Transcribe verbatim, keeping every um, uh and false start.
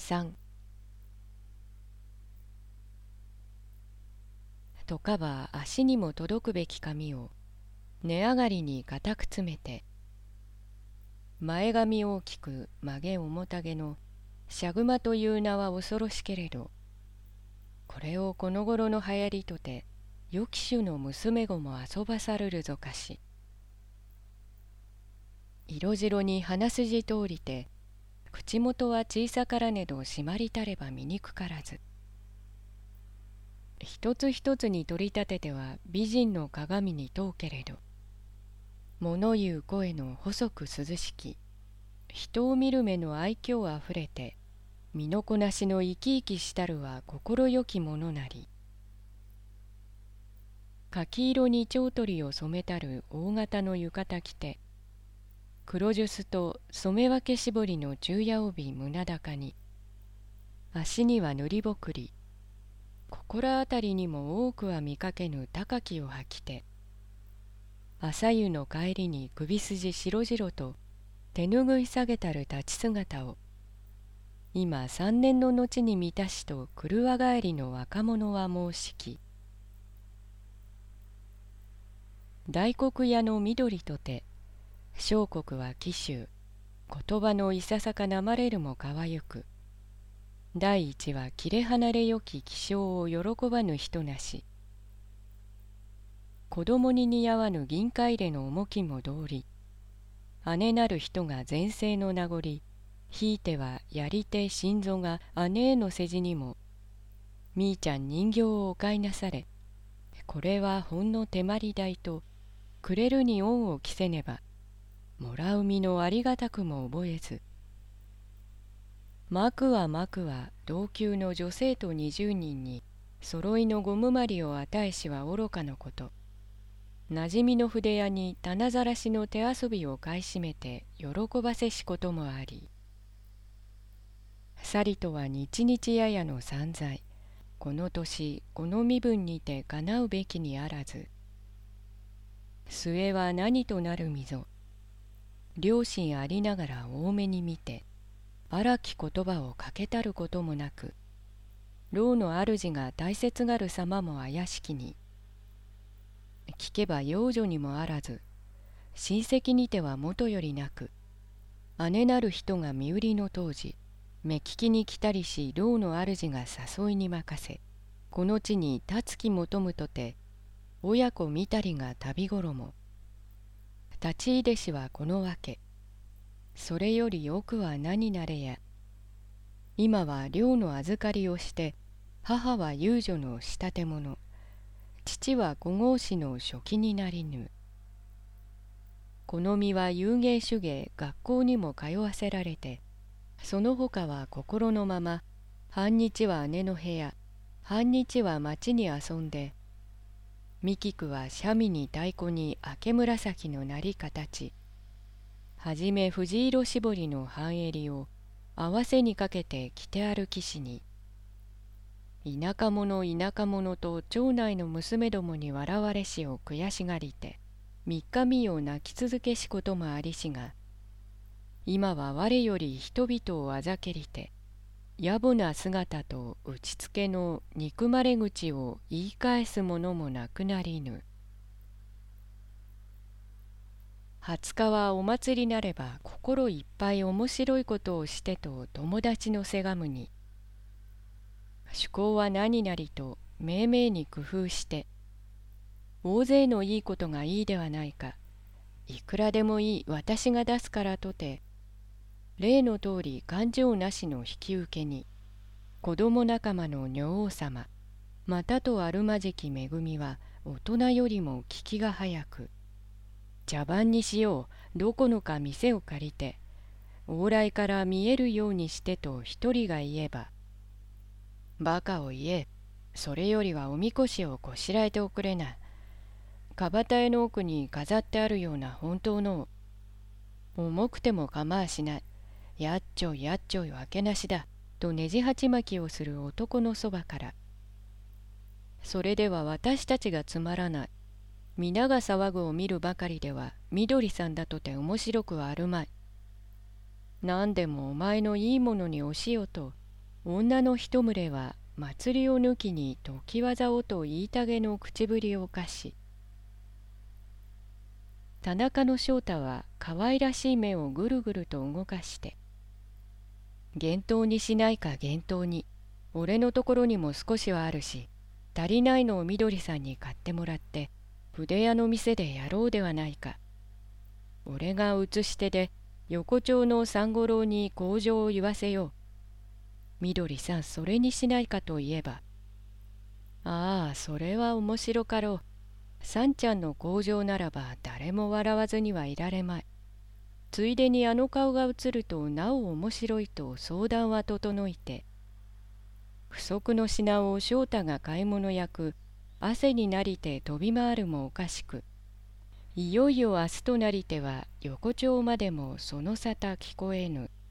さん。とかは足にも届くべき髪を根上がりに固く詰めて、前髪大きく曲げ重たげのシャグマという名は恐ろしけれど、これをこの頃の流行りとて良き種の娘子も遊ばさるるぞかし。色白に鼻筋通りて、口元は小さからねど締まりたれば見にくからず。一つ一つに取り立てては美人の鏡に問うけれど、物言う声の細く涼しき、人を見る目の愛嬌あふれて、身のこなしの生き生きしたるは心よきものなり。柿色に蝶取を染めたる大型の浴衣着て、黒ジュスと染め分け絞りの中夜帯胸高に、足には塗りぼくり、ここらあたりにも多くは見かけぬ高きを履きて、朝湯の帰りに首筋白々と手ぬぐい下げたる立ち姿を、今三年の後に満たしと車帰りの若者は申しき。大黒屋の緑とて、小国は紀州、言葉のいささかなまれるもかわゆく、第一は切れ離れよき気性を喜ばぬ人なし。子供に似合わぬ銀貨入れの重きも道理。姉なる人が前世の名残、ひいてはやり手心臓が姉への世辞にも、みーちゃん人形をお買いなされ、これはほんの手まり代と、くれるに恩を着せねば、もらう身のありがたくも覚えず。まくはまくは同級の女生徒二十人に揃いのゴムまりを与えしは愚かのこと。なじみの筆屋に棚ざらしの手遊びを買い占めて喜ばせしこともあり。さりとは日々ややの散財、この年この身分にてかなうべきにあらず。末は何となるみぞ。両親ありながら多めに見て、荒き言葉をかけたることもなく、牢の主が大切がる様も怪しきに、聞けば養女にもあらず、親戚にてはもとよりなく、姉なる人が身売りの当時、目利きに来たりし牢の主が誘いに任せ、この地に立つき求むとて、親子見たりが旅頃も。立ち出しはこのわけ。それより奥は何なれや。今は寮の預かりをして、母は遊女の仕立て者、父は小号師の書記になりぬ。この身は遊芸手芸学校にも通わせられて、その他は心のまま、半日は姉の部屋、半日は町に遊んで、みきくは三味に太鼓に明け紫のなり形、はじめ藤色絞りの半襟を合わせにかけて着て歩きしに、田舎者田舎者と町内の娘どもに笑われしを悔しがりて、三日三夜泣き続けしこともありしが、今は我より人々をあざけりて、野暮な姿と打ちつけの憎まれ口を言い返すものもなくなりぬ。二日はお祭りなれば心いっぱい面白いことをしてと友達のせがむに、趣向は何なりとめいめいに工夫して、大勢のいいことがいいではないか、いくらでもいい私が出すからとて、例の通り感情なしの引き受けに、子供仲間の女王様、またとあるまじき恵みは大人よりも聞きが早く、茶番にしよう、どこのか店を借りて、往来から見えるようにしてと一人が言えば、バカを言え、それよりはおみこしをこしらえておくれな。かばたえの奥に飾ってあるような本当のを、重くても構わしない。やっちょいやっちょいわけなしだ。とねじ鉢巻きをする男のそばから。それでは私たちがつまらない。皆が騒ぐを見るばかりでは、みどりさんだとて面白くはあるまい。何でもお前のいいものにおしよと、 女の一群れは祭りを抜きに時技をと言いたげの口ぶりをかし、田中の翔太は可愛らしい目をぐるぐると動かして、厳冬にしないか厳冬に、俺のところにも少しはあるし、足りないのをみどりさんに買ってもらって、筆屋の店でやろうではないか。俺が写し手で横丁の三五郎に口上を言わせよう。みどりさんそれにしないかといえば、ああそれは面白かろう。さんちゃんの口上ならば誰も笑わずにはいられまい。ついでにあの顔が映るとなお面白いと相談は整いて、不足の品を翔太が買い物焼く汗になりて飛び回るもおかしく、いよいよ明日となりては横丁までもその沙汰聞こえぬ。